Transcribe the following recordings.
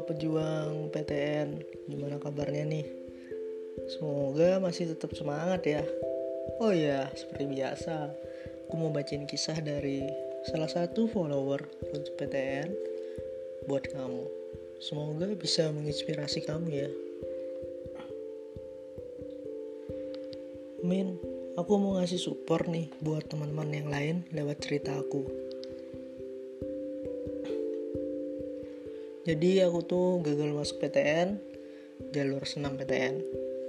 pejuang PTN, gimana kabarnya nih? Semoga masih tetap semangat ya. Oh ya, seperti biasa, aku mau bacain kisah dari salah satu follower untuk PTN buat kamu. Semoga bisa menginspirasi kamu ya. Min, aku mau ngasih support nih buat teman-teman yang lain lewat cerita aku. Jadi aku tuh gagal masuk PTN, jalur senam PTN.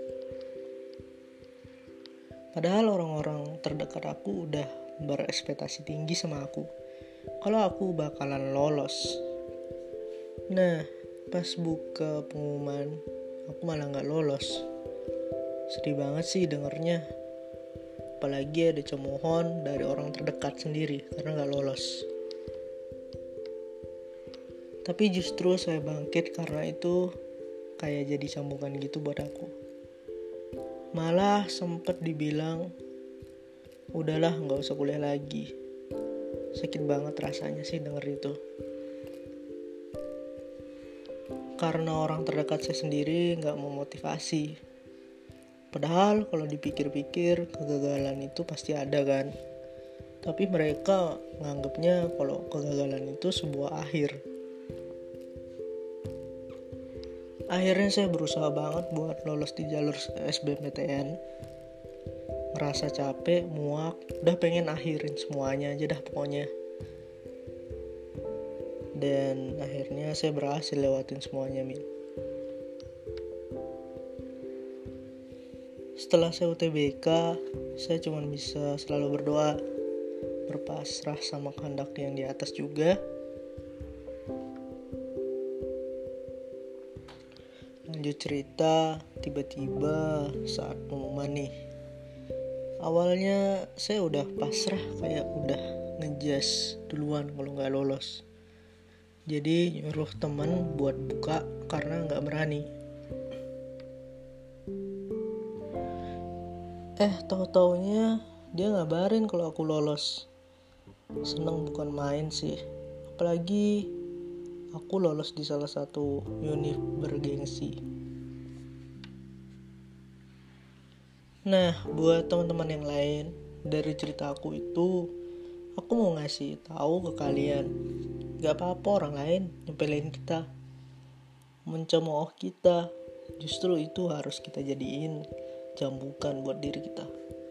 Padahal orang-orang terdekat aku udah berekspektasi tinggi sama aku kalau aku bakalan lolos. Nah, pas buka pengumuman, aku malah gak lolos. Sedih banget sih dengernya. Apalagi ada cemoohan dari orang terdekat sendiri karena gak lolos. Tapi justru saya bangkit karena itu kayak jadi sambungan gitu buat aku. Malah sempet dibilang, udahlah gak usah kuliah lagi. Sakit banget rasanya sih denger itu. Karena orang terdekat saya sendiri gak memotivasi. Padahal kalau dipikir-pikir kegagalan itu pasti ada kan. Tapi mereka nganggapnya kalau kegagalan itu sebuah akhir. Akhirnya saya berusaha banget buat lolos di jalur SBMPTN. Ngerasa capek, muak, udah pengen akhirin semuanya aja dah pokoknya. Dan akhirnya saya berhasil lewatin semuanya, Min. Setelah saya UTBK, saya cuma bisa selalu berdoa, berpasrah sama kehendak yang di atas juga. Lanjut cerita, tiba-tiba saat pengumuman nih. Awalnya saya udah pasrah, kayak udah ngejas duluan kalau gak lolos. Jadi nyuruh teman buat buka karena gak berani. Tahu-taunya dia ngabarin kalau aku lolos. Seneng bukan main sih. Apalagi aku lolos di salah satu univ bergengsi. Nah, buat teman-teman yang lain, dari cerita aku itu, aku mau ngasih tahu ke kalian, gak apa-apa orang lain nyepelin kita, mencemooh kita. Justru itu harus kita jadiin jambukan buat diri kita,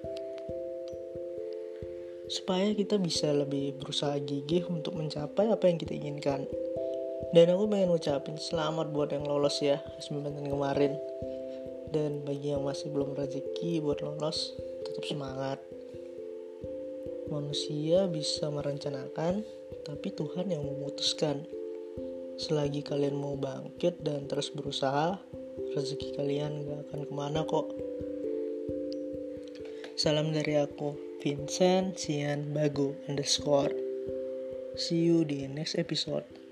supaya kita bisa lebih berusaha gigih untuk mencapai apa yang kita inginkan. Dan aku pengen ucapin selamat buat yang lolos ya SBMPTN kemarin. Dan bagi yang masih belum rezeki buat lolos, tetap semangat. Manusia bisa merencanakan, tapi Tuhan yang memutuskan. Selagi kalian mau bangkit dan terus berusaha, rezeki kalian gak akan kemana kok. Salam dari aku, Vincent Sian Bago _ See you di next episode.